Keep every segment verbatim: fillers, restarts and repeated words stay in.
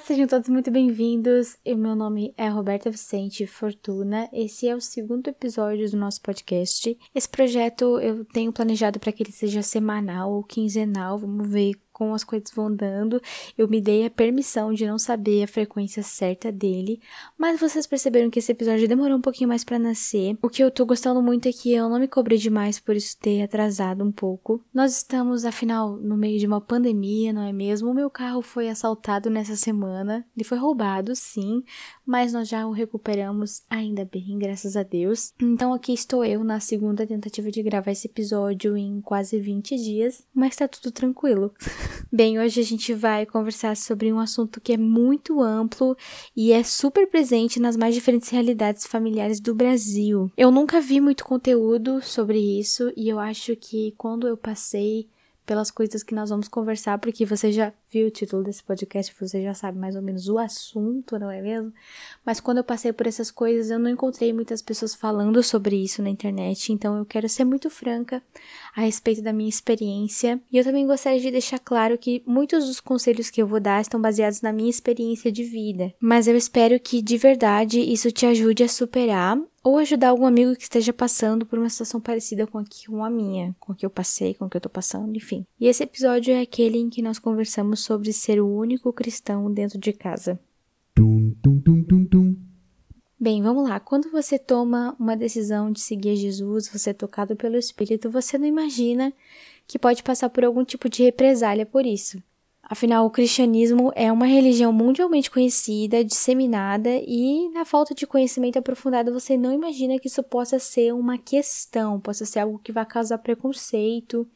sejam todos muito bem-vindos. O meu nome é Roberta Vicente Fortuna. Esse é o segundo episódio do nosso podcast. Esse projeto eu tenho planejado para que ele seja semanal ou quinzenal. Vamos ver como as coisas vão dando. Eu me dei a permissão de não saber a frequência certa dele, mas vocês perceberam que esse episódio demorou um pouquinho mais pra nascer. O que eu tô gostando muito é que eu não me cobrei demais por isso ter atrasado um pouco. Nós estamos, afinal, no meio de uma pandemia, não é mesmo? O meu carro foi assaltado nessa semana. Ele foi roubado, sim, mas nós já o recuperamos, ainda bem, graças a Deus. Então aqui estou eu na segunda tentativa de gravar esse episódio em quase vinte dias, mas tá tudo tranquilo. Bem, hoje a gente vai conversar sobre um assunto que é muito amplo e é super presente nas mais diferentes realidades familiares do Brasil. Eu nunca vi muito conteúdo sobre isso e eu acho que quando eu passei pelas coisas que nós vamos conversar, porque você já viu o título desse podcast, você já sabe mais ou menos o assunto, não é mesmo? Mas quando eu passei por essas coisas, eu não encontrei muitas pessoas falando sobre isso na internet, então eu quero ser muito franca a respeito da minha experiência. E eu também gostaria de deixar claro que muitos dos conselhos que eu vou dar estão baseados na minha experiência de vida, mas eu espero que de verdade isso te ajude a superar ou ajudar algum amigo que esteja passando por uma situação parecida com a, com a minha, com a que eu passei, com a que eu tô passando, enfim. E esse episódio é aquele em que nós conversamos sobre ser o único cristão dentro de casa. Tum, tum, tum, tum, tum. Bem, vamos lá. Quando você toma uma decisão de seguir a Jesus, você é tocado pelo Espírito, você não imagina que pode passar por algum tipo de represália por isso. Afinal, o cristianismo é uma religião mundialmente conhecida, disseminada, e na falta de conhecimento aprofundado você não imagina que isso possa ser uma questão, possa ser algo que vai causar preconceito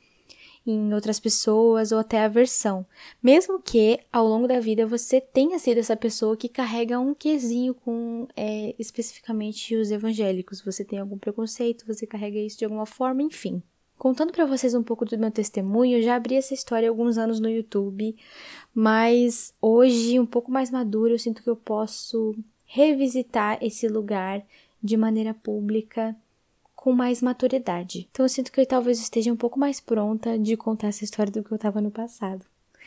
em outras pessoas ou até aversão. Mesmo que, ao longo da vida, você tenha sido essa pessoa que carrega um quesinho com, é, especificamente, os evangélicos. Você tem algum preconceito, você carrega isso de alguma forma, enfim. Contando pra vocês um pouco do meu testemunho, eu já abri essa história há alguns anos no YouTube, mas hoje, um pouco mais maduro, eu sinto que eu posso revisitar esse lugar de maneira pública com mais maturidade. Então eu sinto que eu talvez esteja um pouco mais pronta de contar essa história do que eu estava no passado.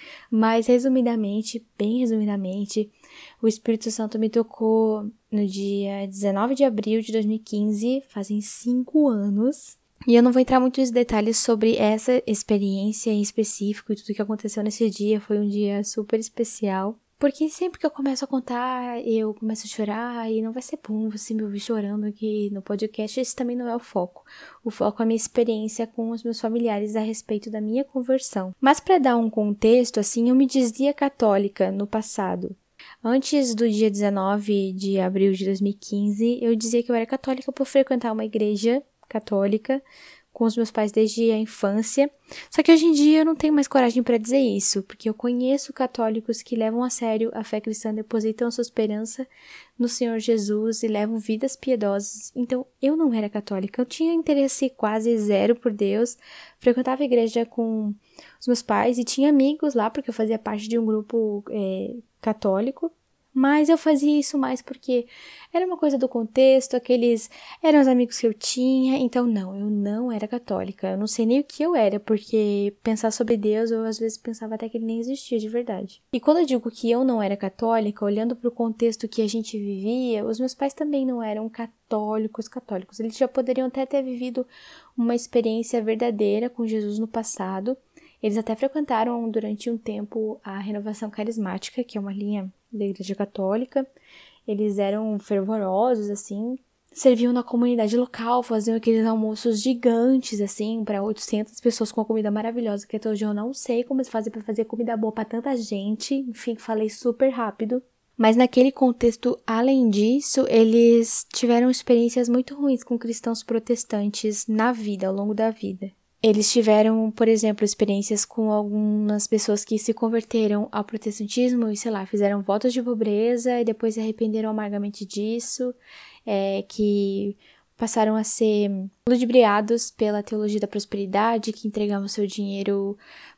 Mas resumidamente, bem resumidamente, o Espírito Santo me tocou no dia dezenove de abril de dois mil e quinze, fazem cinco anos. E eu não vou entrar muito em detalhes sobre essa experiência em específico e tudo que aconteceu nesse dia. Foi um dia super especial. Porque sempre que eu começo a contar, eu começo a chorar e não vai ser bom você me ouvir chorando aqui no podcast. Esse também não é o foco. O foco é a minha experiência com os meus familiares a respeito da minha conversão. Mas para dar um contexto, assim, eu me dizia católica no passado. Antes do dia dezenove de abril de dois mil e quinze, eu dizia que eu era católica por frequentar uma igreja católica com os meus pais desde a infância. Só que hoje em dia eu não tenho mais coragem para dizer isso, porque eu conheço católicos que levam a sério a fé cristã, depositam a sua esperança no Senhor Jesus e levam vidas piedosas. Então eu não era católica, eu tinha interesse quase zero por Deus, frequentava a igreja com os meus pais e tinha amigos lá, porque eu fazia parte de um grupo é, católico. Mas eu fazia isso mais porque era uma coisa do contexto, aqueles eram os amigos que eu tinha, então não, eu não era católica, eu não sei nem o que eu era, porque pensar sobre Deus, eu às vezes pensava até que ele nem existia de verdade. E quando eu digo que eu não era católica, olhando para o contexto que a gente vivia, os meus pais também não eram católicos, católicos, eles já poderiam até ter vivido uma experiência verdadeira com Jesus no passado. Eles até frequentaram durante um tempo a Renovação Carismática, que é uma linha da Igreja Católica. Eles eram fervorosos, assim, serviam na comunidade local, faziam aqueles almoços gigantes, assim, para oitocentas pessoas com uma comida maravilhosa, que até hoje eu não sei como eles fazem para fazer comida boa para tanta gente. Enfim, falei super rápido. Mas naquele contexto, além disso, eles tiveram experiências muito ruins com cristãos protestantes na vida, ao longo da vida. Eles tiveram, por exemplo, experiências com algumas pessoas que se converteram ao protestantismo e, sei lá, fizeram votos de pobreza e depois se arrependeram amargamente disso, é, que passaram a ser ludibriados pela teologia da prosperidade, que entregavam seu dinheiro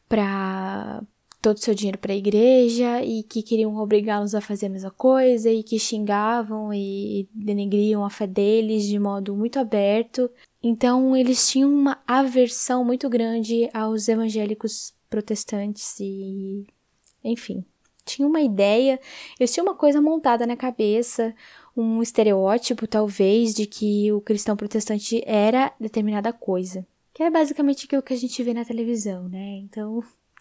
para todo o seu dinheiro para a igreja e que queriam obrigá-los a fazer a mesma coisa e que xingavam e denegriam a fé deles de modo muito aberto. Então, eles tinham uma aversão muito grande aos evangélicos protestantes e, enfim, tinha uma ideia, eu tinha uma coisa montada na cabeça, um estereótipo, talvez, de que o cristão protestante era determinada coisa. Que é basicamente aquilo que a gente vê na televisão, né? Então,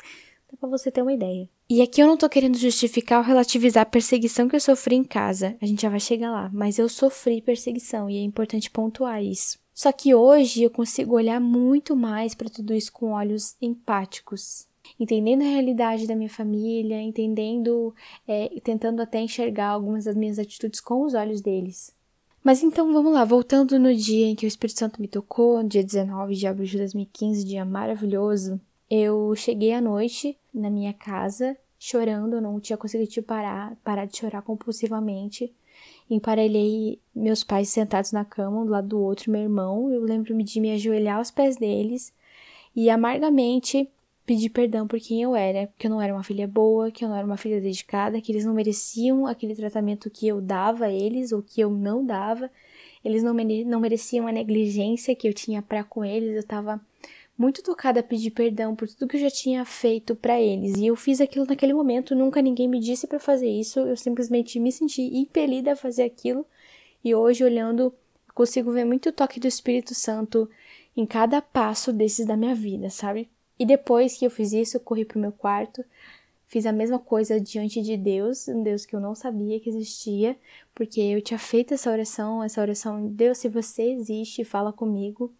dá pra você ter uma ideia. E aqui eu não tô querendo justificar ou relativizar a perseguição que eu sofri em casa. A gente já vai chegar lá. Mas eu sofri perseguição e é importante pontuar isso. Só que hoje eu consigo olhar muito mais para tudo isso com olhos empáticos. Entendendo a realidade da minha família, entendendo, é, tentando até enxergar algumas das minhas atitudes com os olhos deles. Mas então vamos lá, voltando no dia em que o Espírito Santo me tocou, dia dezenove de abril de dois mil e quinze, dia maravilhoso, eu cheguei à noite na minha casa chorando, eu não tinha conseguido parar, parar de chorar compulsivamente. Emparelhei meus pais sentados na cama, um do lado do outro, meu irmão. Eu lembro-me de me ajoelhar aos pés deles e amargamente pedir perdão por quem eu era, que eu não era uma filha boa, que eu não era uma filha dedicada, que eles não mereciam aquele tratamento que eu dava a eles ou que eu não dava. Eles não, mere- não mereciam a negligência que eu tinha para com eles. Eu estava muito tocada a pedir perdão por tudo que eu já tinha feito para eles. E eu fiz aquilo naquele momento, nunca ninguém me disse para fazer isso, eu simplesmente me senti impelida a fazer aquilo. E hoje, olhando, consigo ver muito o toque do Espírito Santo em cada passo desses da minha vida, sabe? E depois que eu fiz isso, eu corri pro meu quarto, fiz a mesma coisa diante de Deus, um Deus que eu não sabia que existia, porque eu tinha feito essa oração, essa oração, Deus, se você existe, fala comigo.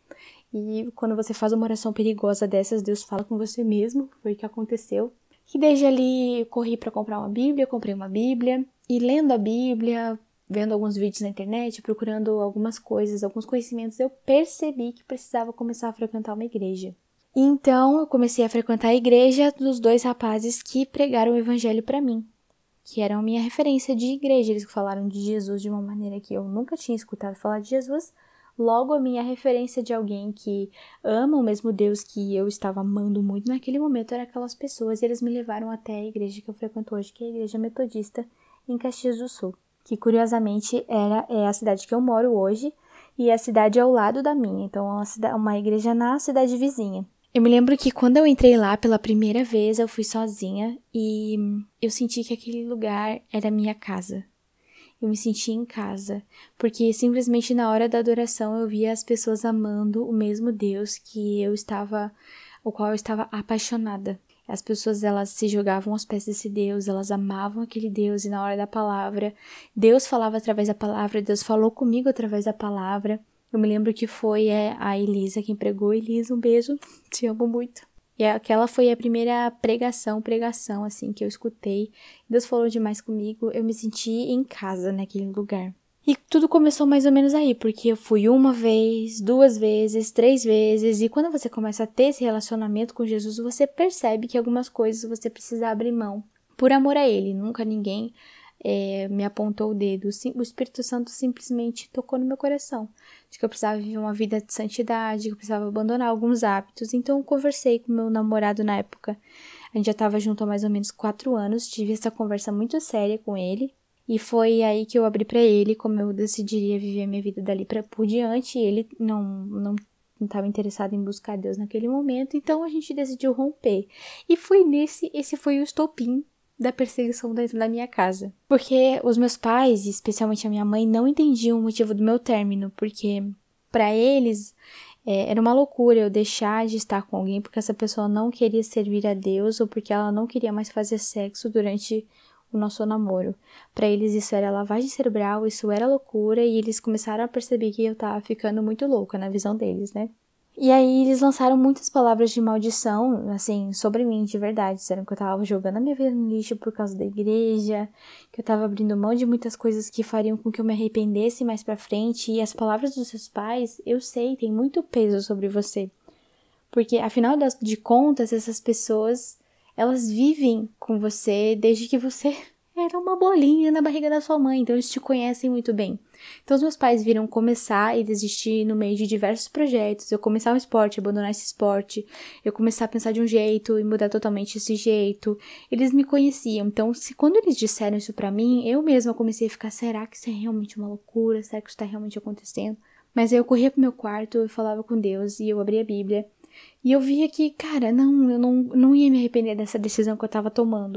E quando você faz uma oração perigosa dessas, Deus fala com você mesmo, foi o que aconteceu. E desde ali, eu corri para comprar uma Bíblia, comprei uma Bíblia, e lendo a Bíblia, vendo alguns vídeos na internet, procurando algumas coisas, alguns conhecimentos, eu percebi que precisava começar a frequentar uma igreja. Então, eu comecei a frequentar a igreja dos dois rapazes que pregaram o evangelho para mim, que eram a minha referência de igreja. Eles falaram de Jesus de uma maneira que eu nunca tinha escutado falar de Jesus. Logo, a minha referência de alguém que ama o mesmo Deus que eu estava amando muito naquele momento era aquelas pessoas, e eles me levaram até a igreja que eu frequento hoje, que é a Igreja Metodista em Caxias do Sul, que curiosamente era, é a cidade que eu moro hoje, e a cidade é ao lado da minha, então é uma, cidade, uma igreja na cidade vizinha. Eu me lembro que quando eu entrei lá pela primeira vez, eu fui sozinha e eu senti que aquele lugar era minha casa. Eu me senti em casa, porque simplesmente na hora da adoração eu via as pessoas amando o mesmo Deus que eu estava, o qual eu estava apaixonada. As pessoas, elas se jogavam aos pés desse Deus, elas amavam aquele Deus, e na hora da palavra, Deus falava através da palavra, Deus falou comigo através da palavra. Eu me lembro que foi é, a Elisa quem pregou. Elisa, um beijo, te amo muito. E aquela foi a primeira pregação, pregação, assim, que eu escutei. Deus falou demais comigo, eu me senti em casa naquele lugar. E tudo começou mais ou menos aí, porque eu fui uma vez, duas vezes, três vezes, e quando você começa a ter esse relacionamento com Jesus, você percebe que algumas coisas você precisa abrir mão, por amor a Ele. Nunca ninguém é, me apontou o dedo, o Espírito Santo simplesmente tocou no meu coração, de que eu precisava viver uma vida de santidade, que eu precisava abandonar alguns hábitos. Então eu conversei com meu namorado na época, a gente já estava junto há mais ou menos quatro anos, tive essa conversa muito séria com ele, e foi aí que eu abri para ele como eu decidiria viver a minha vida dali pra, por diante. E ele não não não estava interessado em buscar Deus naquele momento, então a gente decidiu romper. E foi nesse, esse foi o estopim da perseguição dentro da minha casa. Porque os meus pais, especialmente a minha mãe, não entendiam o motivo do meu término, porque para eles é, era uma loucura eu deixar de estar com alguém porque essa pessoa não queria servir a Deus ou porque ela não queria mais fazer sexo durante o nosso namoro. Para eles isso era lavagem cerebral, isso era loucura, e eles começaram a perceber que eu tava ficando muito louca na visão deles, né? E aí eles lançaram muitas palavras de maldição, assim, sobre mim, de verdade. Disseram que eu tava jogando a minha vida no lixo por causa da igreja, que eu tava abrindo mão de muitas coisas que fariam com que eu me arrependesse mais pra frente. E as palavras dos seus pais, eu sei, tem muito peso sobre você. Porque, afinal de contas, essas pessoas, elas vivem com você desde que você era uma bolinha na barriga da sua mãe, então eles te conhecem muito bem. Então os meus pais viram começar e desistir no meio de diversos projetos, eu começar um esporte, abandonar esse esporte, eu começar a pensar de um jeito e mudar totalmente esse jeito. Eles me conheciam, então se quando eles disseram isso pra mim, eu mesma comecei a ficar, será que isso é realmente uma loucura? Será que isso tá realmente acontecendo? Mas aí eu corria pro meu quarto, eu falava com Deus e eu abria a Bíblia. E eu via que, cara, não, eu não, não ia me arrepender dessa decisão que eu tava tomando.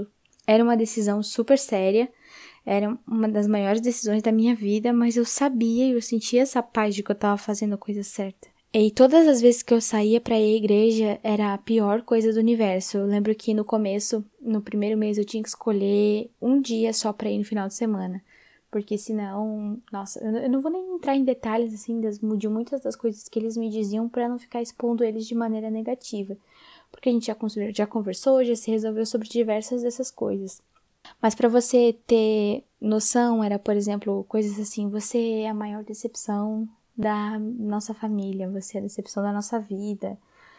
Era uma decisão super séria, era uma das maiores decisões da minha vida, mas eu sabia e eu sentia essa paz de que eu estava fazendo a coisa certa. E todas as vezes que eu saía para ir à igreja, era a pior coisa do universo. Eu lembro que no começo, no primeiro mês, eu tinha que escolher um dia só para ir no final de semana. Porque senão, nossa, eu não vou nem entrar em detalhes, assim, das, de muitas das coisas que eles me diziam para não ficar expondo eles de maneira negativa. Porque a gente já, já conversou, já se resolveu sobre diversas dessas coisas. Mas para você ter noção, era, por exemplo, coisas assim, você é a maior decepção da nossa família, você é a decepção da nossa vida,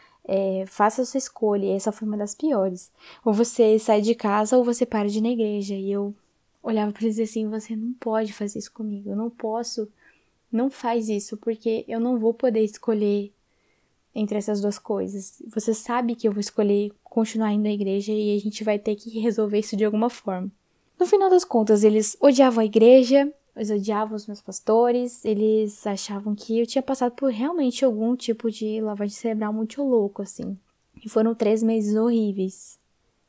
é, faça a sua escolha, e essa foi uma das piores. Ou você sai de casa ou você para de ir na igreja, e eu olhava para eles assim, você não pode fazer isso comigo, eu não posso, não faz isso, porque eu não vou poder escolher entre essas duas coisas. Você sabe que eu vou escolher continuar indo à igreja e a gente vai ter que resolver isso de alguma forma. No final das contas, eles odiavam a igreja, eles odiavam os meus pastores, eles achavam que eu tinha passado por realmente algum tipo de lavagem cerebral muito louco, assim. E foram três meses horríveis.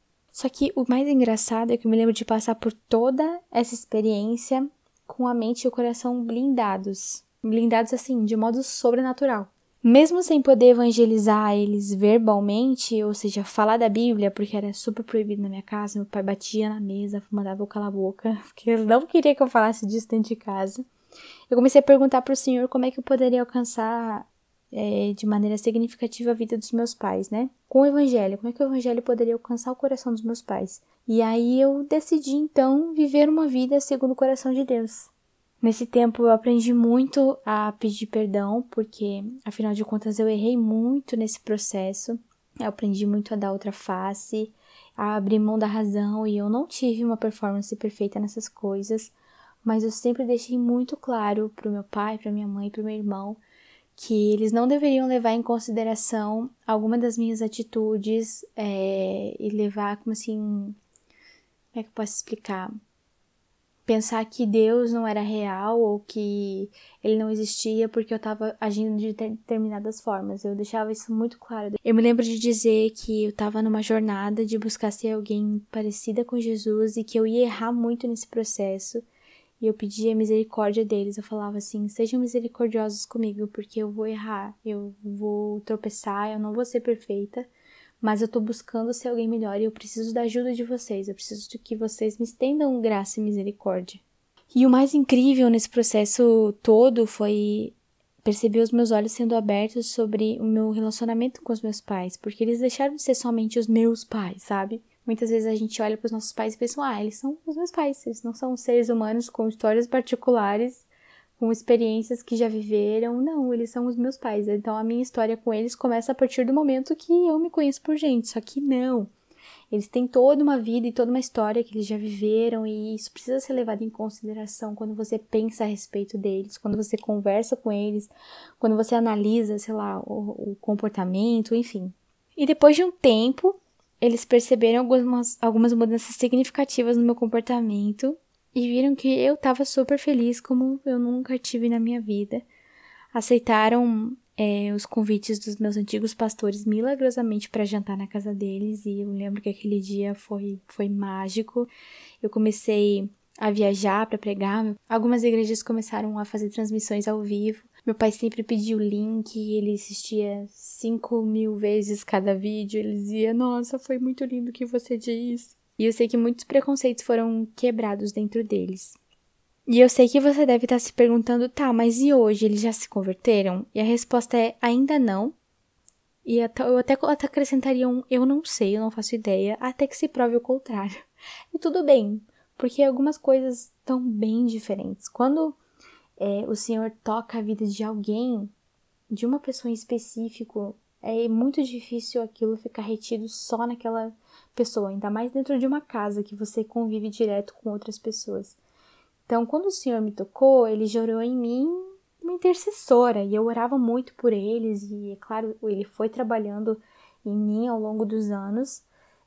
Só que o mais engraçado é que eu me lembro de passar por toda essa experiência com a mente e o coração blindados. Blindados, assim, de modo sobrenatural. Mesmo sem poder evangelizar eles verbalmente, ou seja, falar da Bíblia, porque era super proibido na minha casa, meu pai batia na mesa, mandava eu calar a boca, porque ele não queria que eu falasse disso dentro de casa. Eu comecei a perguntar pro Senhor como é que eu poderia alcançar é, de maneira significativa a vida dos meus pais, né? Com o Evangelho, como é que o Evangelho poderia alcançar o coração dos meus pais? E aí eu decidi, então, viver uma vida segundo o coração de Deus. Nesse tempo eu aprendi muito a pedir perdão, porque afinal de contas eu errei muito nesse processo. Eu aprendi muito a dar outra face, a abrir mão da razão, e eu não tive uma performance perfeita nessas coisas, mas eu sempre deixei muito claro pro meu pai, pra minha mãe e pro meu irmão que eles não deveriam levar em consideração alguma das minhas atitudes é, e levar como assim, como é que eu posso explicar? Pensar que Deus não era real ou que ele não existia porque eu estava agindo de determinadas formas. Eu deixava isso muito claro. Eu me lembro de dizer que eu estava numa jornada de buscar ser alguém parecida com Jesus e que eu ia errar muito nesse processo. E eu pedia misericórdia deles. Eu falava assim, sejam misericordiosos comigo porque eu vou errar, eu vou tropeçar, eu não vou ser perfeita. Mas eu tô buscando ser alguém melhor e eu preciso da ajuda de vocês. Eu preciso de que vocês me estendam graça e misericórdia. E o mais incrível nesse processo todo foi perceber os meus olhos sendo abertos sobre o meu relacionamento com os meus pais. Porque eles deixaram de ser somente os meus pais, sabe? Muitas vezes a gente olha para os nossos pais e pensa, ah, eles são os meus pais. Eles não são seres humanos com histórias particulares, com experiências que já viveram. Não, eles são os meus pais. Então, a minha história com eles começa a partir do momento que eu me conheço por gente. Só que não. Eles têm toda uma vida e toda uma história que eles já viveram e isso precisa ser levado em consideração quando você pensa a respeito deles, quando você conversa com eles, quando você analisa, sei lá, o, o comportamento, enfim. E depois de um tempo, eles perceberam algumas, algumas mudanças significativas no meu comportamento e viram que eu estava super feliz como eu nunca tive na minha vida. Aceitaram é, os convites dos meus antigos pastores milagrosamente para jantar na casa deles. E eu lembro que aquele dia foi, foi mágico. Eu comecei a viajar para pregar. Algumas igrejas começaram a fazer transmissões ao vivo. Meu pai sempre pedia o link, ele assistia cinco mil vezes cada vídeo. Ele dizia, nossa, foi muito lindo o que você disse. E eu sei que muitos preconceitos foram quebrados dentro deles. E eu sei que você deve estar se perguntando, tá, mas e hoje, eles já se converteram? E a resposta é, ainda não. E eu até, até acrescentaria um, eu não sei, eu não faço ideia, até que se prove o contrário. E tudo bem, porque algumas coisas estão bem diferentes. Quando é, o Senhor toca a vida de alguém, de uma pessoa em específico, é muito difícil aquilo ficar retido só naquela pessoa, ainda mais dentro de uma casa que você convive direto com outras pessoas. Então, quando o Senhor me tocou, Ele gerou em mim uma intercessora, e eu orava muito por eles, e, é claro, Ele foi trabalhando em mim ao longo dos anos,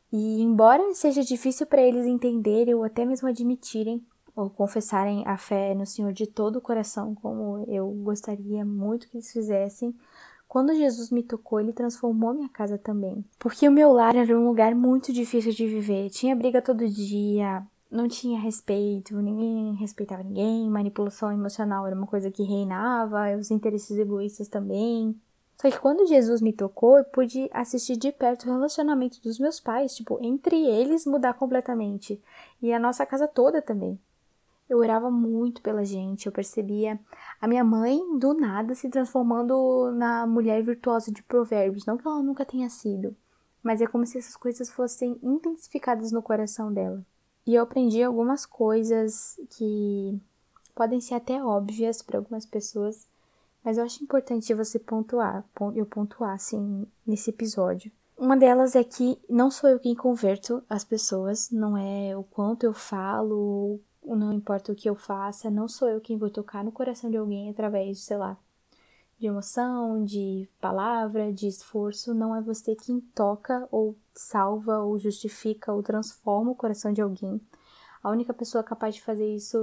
e embora seja difícil para eles entenderem ou até mesmo admitirem ou confessarem a fé no Senhor de todo o coração, como eu gostaria muito que eles fizessem, Quando Jesus me tocou, ele transformou minha casa também. Porque o meu lar era um lugar muito difícil de viver. Tinha briga todo dia, não tinha respeito, ninguém respeitava ninguém, manipulação emocional era uma coisa que reinava, os interesses egoístas também. Só que quando Jesus me tocou, eu pude assistir de perto o relacionamento dos meus pais, tipo, entre eles mudar completamente. E a nossa casa toda também. Eu orava muito pela gente, eu percebia a minha mãe, do nada, se transformando na mulher virtuosa de Provérbios. Não que ela nunca tenha sido, mas é como se essas coisas fossem intensificadas no coração dela. E eu aprendi algumas coisas que podem ser até óbvias para algumas pessoas, mas eu acho importante você pontuar, eu pontuar, assim, nesse episódio. Uma delas é que não sou eu quem converto as pessoas, não é o quanto eu falo, não importa o que eu faça, não sou eu quem vou tocar no coração de alguém através, sei lá, de emoção, de palavra, de esforço. Não é você quem toca ou salva ou justifica ou transforma o coração de alguém. A única pessoa capaz de fazer isso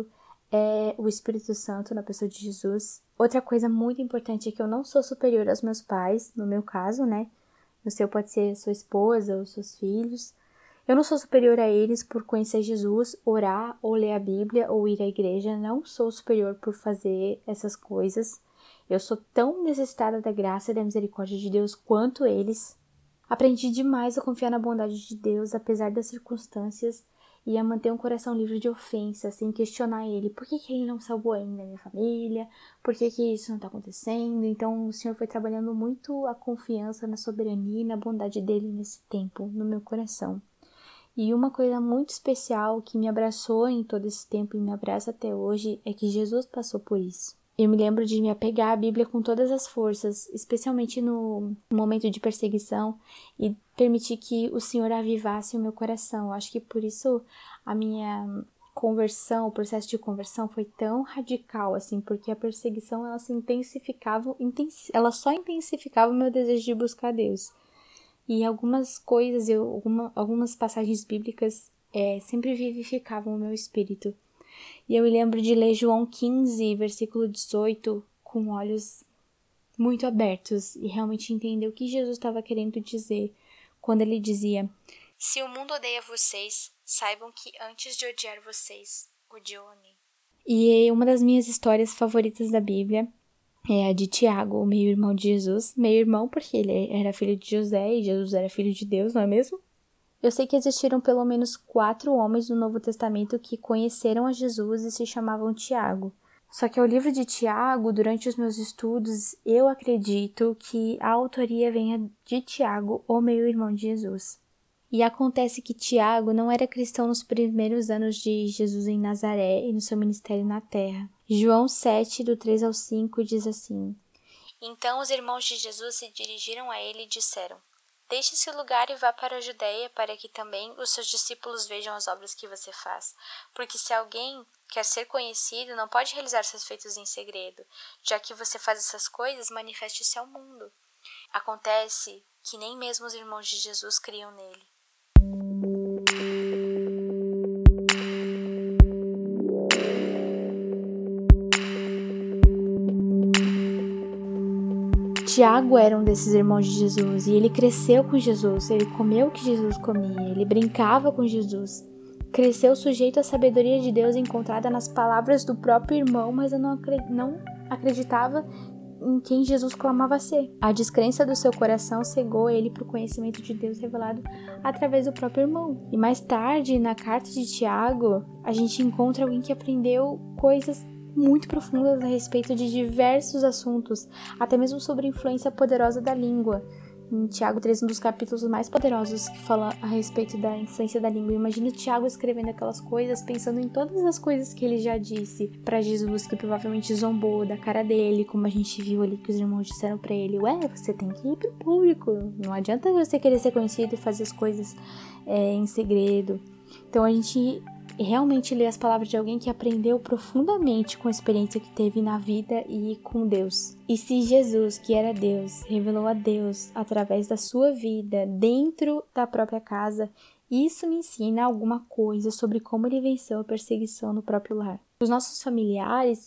é o Espírito Santo na pessoa de Jesus. Outra coisa muito importante é que eu não sou superior aos meus pais, no meu caso, né? No seu pode ser sua esposa ou seus filhos. Eu não sou superior a eles por conhecer Jesus, orar ou ler a Bíblia ou ir à igreja. Não sou superior por fazer essas coisas. Eu sou tão necessitada da graça e da misericórdia de Deus quanto eles. Aprendi demais a confiar na bondade de Deus, apesar das circunstâncias, e a manter um coração livre de ofensa, sem questionar ele. Por que que ele não salvou ainda a minha família? Por que que isso não está acontecendo? Então, o Senhor foi trabalhando muito a confiança na soberania e na bondade dele nesse tempo, no meu coração. E uma coisa muito especial que me abraçou em todo esse tempo e me abraça até hoje é que Jesus passou por isso. Eu me lembro de me apegar à Bíblia com todas as forças, especialmente no momento de perseguição, e permitir que o Senhor avivasse o meu coração. Eu acho que por isso a minha conversão, o processo de conversão foi tão radical, assim, porque a perseguição ela se intensificava, ela só intensificava o meu desejo de buscar Deus. E algumas coisas, eu, alguma, algumas passagens bíblicas é, sempre vivificavam o meu espírito. E eu me lembro de ler João quinze, versículo dezoito, com olhos muito abertos e realmente entender o que Jesus estava querendo dizer quando ele dizia: se o mundo odeia vocês, saibam que antes de odiar vocês, odiou a mim. E uma das minhas histórias favoritas da Bíblia é a de Tiago, o meio-irmão de Jesus. Meio-irmão porque ele era filho de José e Jesus era filho de Deus, não é mesmo? Eu sei que existiram pelo menos quatro homens no Novo Testamento que conheceram a Jesus e se chamavam Tiago. Só que ao livro de Tiago, durante os meus estudos, eu acredito que a autoria venha de Tiago, o meio-irmão de Jesus. E acontece que Tiago não era cristão nos primeiros anos de Jesus em Nazaré e no seu ministério na terra. João sete, do três ao cinco, diz assim: então os irmãos de Jesus se dirigiram a ele e disseram: deixe esse lugar e vá para a Judeia, para que também os seus discípulos vejam as obras que você faz. Porque se alguém quer ser conhecido, não pode realizar seus feitos em segredo. Já que você faz essas coisas, manifeste-se ao mundo. Acontece que nem mesmo os irmãos de Jesus criam nele. Tiago era um desses irmãos de Jesus e ele cresceu com Jesus, ele comeu o que Jesus comia, ele brincava com Jesus. Cresceu sujeito à sabedoria de Deus encontrada nas palavras do próprio irmão, mas eu não acreditava em quem Jesus clamava ser. A descrença do seu coração cegou ele para o conhecimento de Deus revelado através do próprio irmão. E mais tarde, na carta de Tiago, a gente encontra alguém que aprendeu coisas muito profundas a respeito de diversos assuntos, até mesmo sobre a influência poderosa da língua. Em Tiago três, um dos capítulos mais poderosos que fala a respeito da influência da língua. Imagina o Tiago escrevendo aquelas coisas, pensando em todas as coisas que ele já disse para Jesus, que provavelmente zombou da cara dele, como a gente viu ali que os irmãos disseram para ele: ué, você tem que ir pro público, não adianta você querer ser conhecido e fazer as coisas é, em segredo. Então a gente realmente ler as palavras de alguém que aprendeu profundamente com a experiência que teve na vida e com Deus. E se Jesus, que era Deus, revelou a Deus através da sua vida dentro da própria casa, isso me ensina alguma coisa sobre como ele venceu a perseguição no próprio lar. Os nossos familiares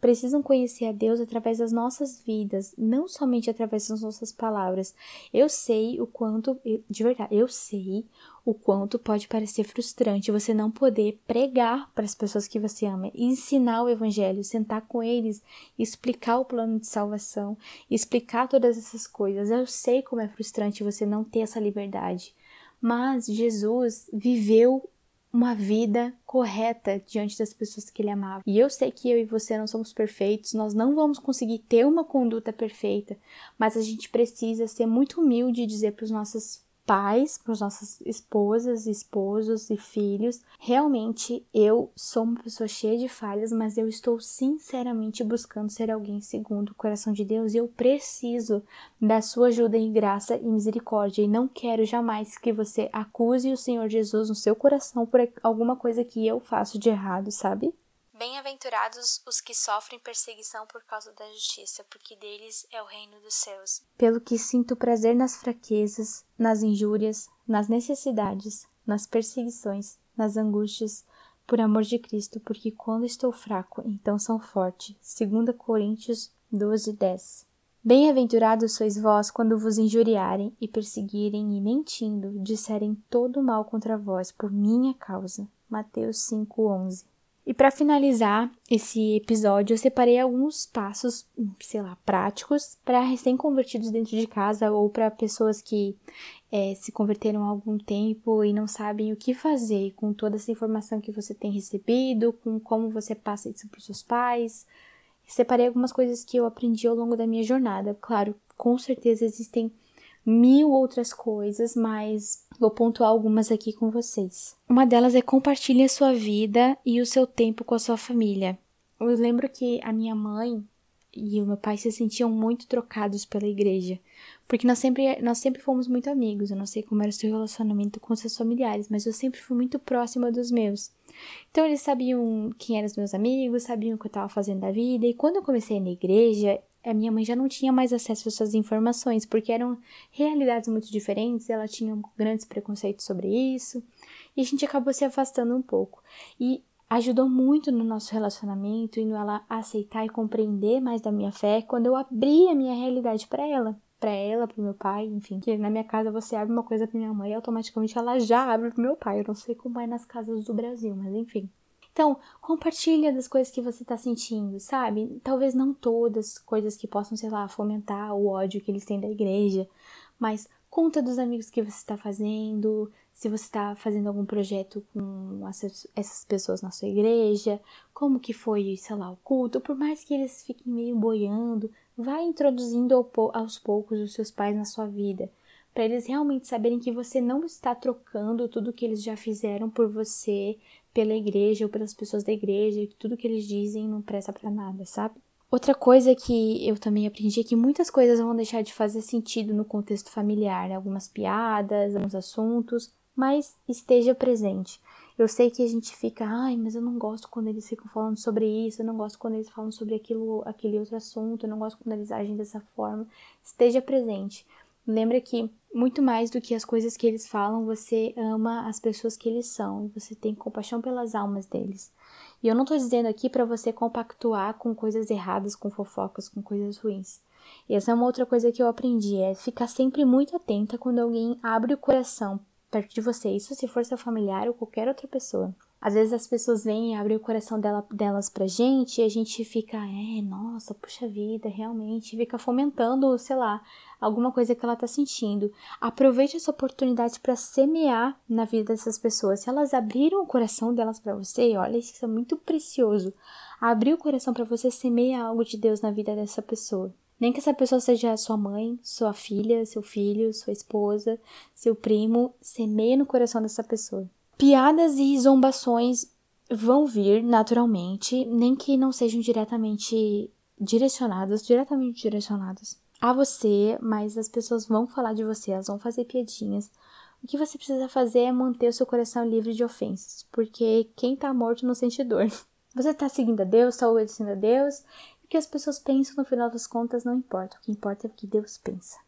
precisam conhecer a Deus através das nossas vidas, não somente através das nossas palavras. Eu sei o quanto, de verdade, eu sei o quanto pode parecer frustrante você não poder pregar para as pessoas que você ama, ensinar o evangelho, sentar com eles, explicar o plano de salvação, explicar todas essas coisas. Eu sei como é frustrante você não ter essa liberdade, mas Jesus viveu uma vida correta diante das pessoas que ele amava. E eu sei que eu e você não somos perfeitos, nós não vamos conseguir ter uma conduta perfeita, mas a gente precisa ser muito humilde e dizer para os nossos pais, para as nossas esposas, esposos e filhos, realmente eu sou uma pessoa cheia de falhas, mas eu estou sinceramente buscando ser alguém segundo o coração de Deus e eu preciso da sua ajuda em graça e misericórdia e não quero jamais que você acuse o Senhor Jesus no seu coração por alguma coisa que eu faço de errado, sabe? Bem-aventurados os que sofrem perseguição por causa da justiça, porque deles é o reino dos céus. Pelo que sinto prazer nas fraquezas, nas injúrias, nas necessidades, nas perseguições, nas angústias, por amor de Cristo, porque quando estou fraco, então sou forte. Segunda Coríntios doze, dez. Bem-aventurados sois vós quando vos injuriarem e perseguirem e mentindo, disserem todo mal contra vós por minha causa. Mateus cinco, onze. E para finalizar esse episódio, eu separei alguns passos, sei lá, práticos para recém-convertidos dentro de casa ou para pessoas que é, se converteram há algum tempo e não sabem o que fazer com toda essa informação que você tem recebido, com como você passa isso para os seus pais. Separei algumas coisas que eu aprendi ao longo da minha jornada. Claro, com certeza existem mil outras coisas, mas vou pontuar algumas aqui com vocês. Uma delas é compartilhe a sua vida e o seu tempo com a sua família. Eu lembro que a minha mãe e o meu pai se sentiam muito trocados pela igreja, porque nós sempre, nós sempre fomos muito amigos. Eu não sei como era o seu relacionamento com seus familiares, mas eu sempre fui muito próxima dos meus. Então eles sabiam quem eram os meus amigos, sabiam o que eu estava fazendo da vida, e quando eu comecei na igreja, a minha mãe já não tinha mais acesso a essas informações, porque eram realidades muito diferentes, ela tinha grandes preconceitos sobre isso, e a gente acabou se afastando um pouco. E ajudou muito no nosso relacionamento e no ela aceitar e compreender mais da minha fé quando eu abri a minha realidade para ela. Para ela, para o meu pai, enfim. Que na minha casa você abre uma coisa para minha mãe e automaticamente ela já abre para o meu pai. Eu não sei como é nas casas do Brasil, mas enfim. Então, compartilha das coisas que você tá sentindo, sabe? Talvez não todas coisas que possam, sei lá, fomentar o ódio que eles têm da igreja, mas conta dos amigos que você está fazendo, se você está fazendo algum projeto com essas pessoas na sua igreja, como que foi, sei lá, o culto, por mais que eles fiquem meio boiando, vai introduzindo aos poucos os seus pais na sua vida, para eles realmente saberem que você não está trocando tudo que eles já fizeram por você, pela igreja ou pelas pessoas da igreja, que tudo que eles dizem não presta pra nada, sabe? Outra coisa que eu também aprendi é que muitas coisas vão deixar de fazer sentido no contexto familiar, algumas piadas, alguns assuntos, mas esteja presente. Eu sei que a gente fica, ai, mas eu não gosto quando eles ficam falando sobre isso, eu não gosto quando eles falam sobre aquilo, aquele outro assunto, eu não gosto quando eles agem dessa forma. Esteja presente. Lembra que muito mais do que as coisas que eles falam, você ama as pessoas que eles são e você tem compaixão pelas almas deles. E eu não tô dizendo aqui para você compactuar com coisas erradas, com fofocas, com coisas ruins. E essa é uma outra coisa que eu aprendi, é ficar sempre muito atenta quando alguém abre o coração perto de você, isso se for seu familiar ou qualquer outra pessoa. Às vezes as pessoas vêm e abrem o coração dela, delas pra gente e a gente fica, é, nossa, puxa vida, realmente, fica fomentando, sei lá, alguma coisa que ela tá sentindo. Aproveite essa oportunidade para semear na vida dessas pessoas. Se elas abriram o coração delas para você, olha, isso é muito precioso. Abrir o coração para você, semeia algo de Deus na vida dessa pessoa. Nem que essa pessoa seja sua mãe, sua filha, seu filho, sua esposa, seu primo, semeia no coração dessa pessoa. Piadas e zombações vão vir naturalmente, nem que não sejam diretamente direcionadas, diretamente direcionadas a você, mas as pessoas vão falar de você, elas vão fazer piadinhas. O que você precisa fazer é manter o seu coração livre de ofensas, porque quem tá morto não sente dor. Você tá seguindo a Deus, tá obedecendo a Deus, e o que as pessoas pensam no final das contas não importa, o que importa é o que Deus pensa.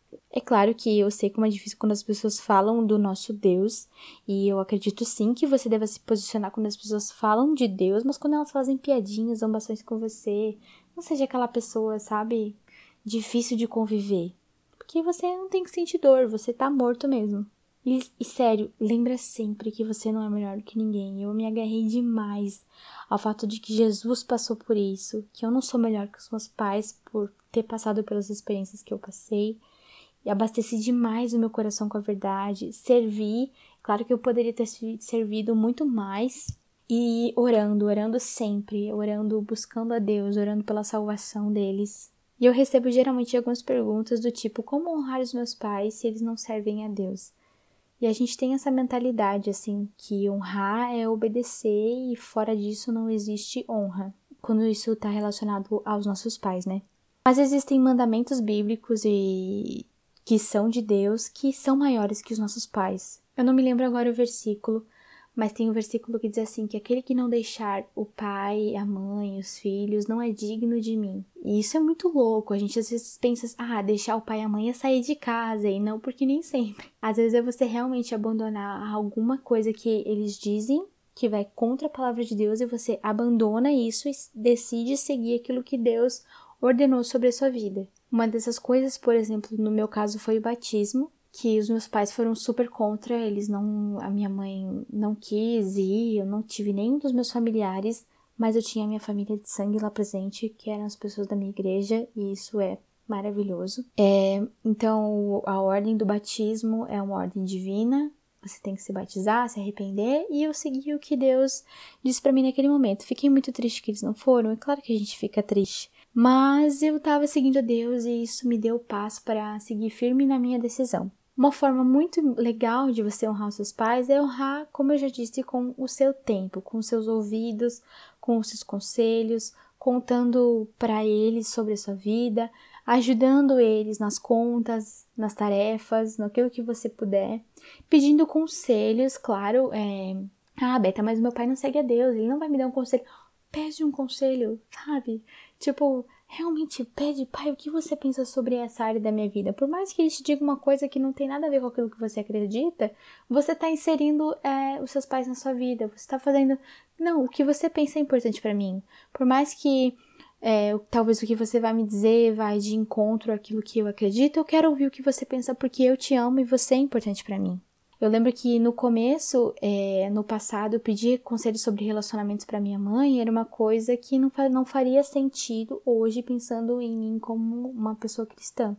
É claro que eu sei como é difícil quando as pessoas falam do nosso Deus, e eu acredito sim que você deve se posicionar quando as pessoas falam de Deus, mas quando elas fazem piadinhas, zombações com você, não seja aquela pessoa, sabe, difícil de conviver. Porque você não tem que sentir dor, você tá morto mesmo. E, e sério, lembra sempre que você não é melhor do que ninguém. Eu me agarrei demais ao fato de que Jesus passou por isso, que eu não sou melhor que os meus pais por ter passado pelas experiências que eu passei. E abasteci demais o meu coração com a verdade, servi, claro que eu poderia ter servido muito mais, e orando, orando sempre, orando, buscando a Deus, orando pela salvação deles. E eu recebo geralmente algumas perguntas do tipo, como honrar os meus pais se eles não servem a Deus? E a gente tem essa mentalidade, assim, que honrar é obedecer e fora disso não existe honra, quando isso está relacionado aos nossos pais, né? Mas existem mandamentos bíblicos e que são de Deus, que são maiores que os nossos pais. Eu não me lembro agora o versículo, mas tem um versículo que diz assim, que aquele que não deixar o pai, a mãe, os filhos, não é digno de mim. E isso é muito louco, a gente às vezes pensa, ah, deixar o pai e a mãe é sair de casa, e não, porque nem sempre. Às vezes é você realmente abandonar alguma coisa que eles dizem, que vai contra a palavra de Deus, e você abandona isso e decide seguir aquilo que Deus ordenou sobre a sua vida. Uma dessas coisas, por exemplo, no meu caso foi o batismo, que os meus pais foram super contra, eles não, a minha mãe não quis ir, eu não tive nenhum dos meus familiares, mas eu tinha a minha família de sangue lá presente, que eram as pessoas da minha igreja, e isso é maravilhoso. É, então, a ordem do batismo é uma ordem divina, você tem que se batizar, se arrepender, e eu segui o que Deus disse pra mim naquele momento. Fiquei muito triste que eles não foram, é claro que a gente fica triste. Mas eu estava seguindo a Deus e isso me deu paz para seguir firme na minha decisão. Uma forma muito legal de você honrar os seus pais é honrar, como eu já disse, com o seu tempo, com os seus ouvidos, com os seus conselhos, contando para eles sobre a sua vida, ajudando eles nas contas, nas tarefas, naquilo que você puder, pedindo conselhos, claro, é... ah, Beta, mas meu pai não segue a Deus, ele não vai me dar um conselho. Pede um conselho, sabe? Tipo, realmente pede, pai, o que você pensa sobre essa área da minha vida? Por mais que ele te diga uma coisa que não tem nada a ver com aquilo que você acredita, você tá inserindo é, os seus pais na sua vida, você tá fazendo... Não, o que você pensa é importante pra mim. Por mais que é, talvez o que você vai me dizer vai de encontro àquilo que eu acredito, eu quero ouvir o que você pensa porque eu te amo e você é importante pra mim. Eu lembro que no começo, é, no passado, pedir conselhos sobre relacionamentos para minha mãe era uma coisa que não, não faria sentido hoje pensando em mim como uma pessoa cristã.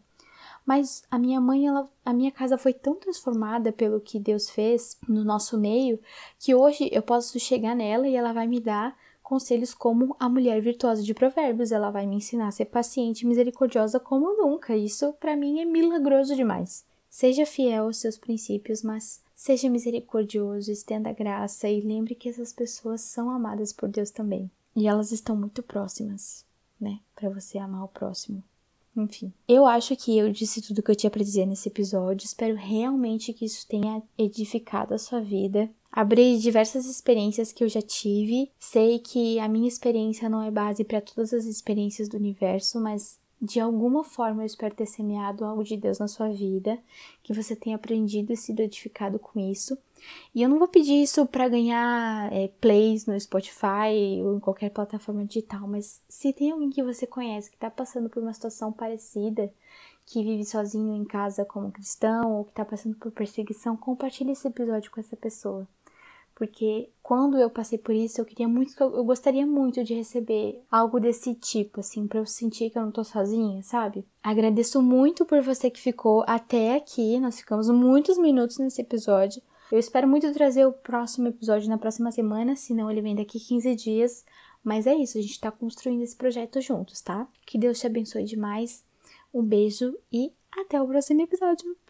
Mas a minha mãe, ela, a minha casa foi tão transformada pelo que Deus fez no nosso meio, que hoje eu posso chegar nela e ela vai me dar conselhos como a mulher virtuosa de Provérbios. Ela vai me ensinar a ser paciente e misericordiosa como nunca. Isso para mim é milagroso demais. Seja fiel aos seus princípios, mas seja misericordioso, estenda graça e lembre que essas pessoas são amadas por Deus também. E elas estão muito próximas, né? Para você amar o próximo. Enfim, eu acho que eu disse tudo que eu tinha para dizer nesse episódio. Espero realmente que isso tenha edificado a sua vida. Abri diversas experiências que eu já tive. Sei que a minha experiência não é base para todas as experiências do universo, mas de alguma forma eu espero ter semeado algo de Deus na sua vida, que você tenha aprendido e sido edificado com isso. E eu não vou pedir isso para ganhar é, plays no Spotify ou em qualquer plataforma digital, mas se tem alguém que você conhece que está passando por uma situação parecida, que vive sozinho em casa como cristão ou que está passando por perseguição, compartilhe esse episódio com essa pessoa. Porque quando eu passei por isso, eu queria muito, eu gostaria muito de receber algo desse tipo, assim, pra eu sentir que eu não tô sozinha, sabe? Agradeço muito por você que ficou até aqui, nós ficamos muitos minutos nesse episódio. Eu espero muito trazer o próximo episódio na próxima semana, senão ele vem daqui quinze dias. Mas é isso, a gente tá construindo esse projeto juntos, tá? Que Deus te abençoe demais. Um beijo e até o próximo episódio.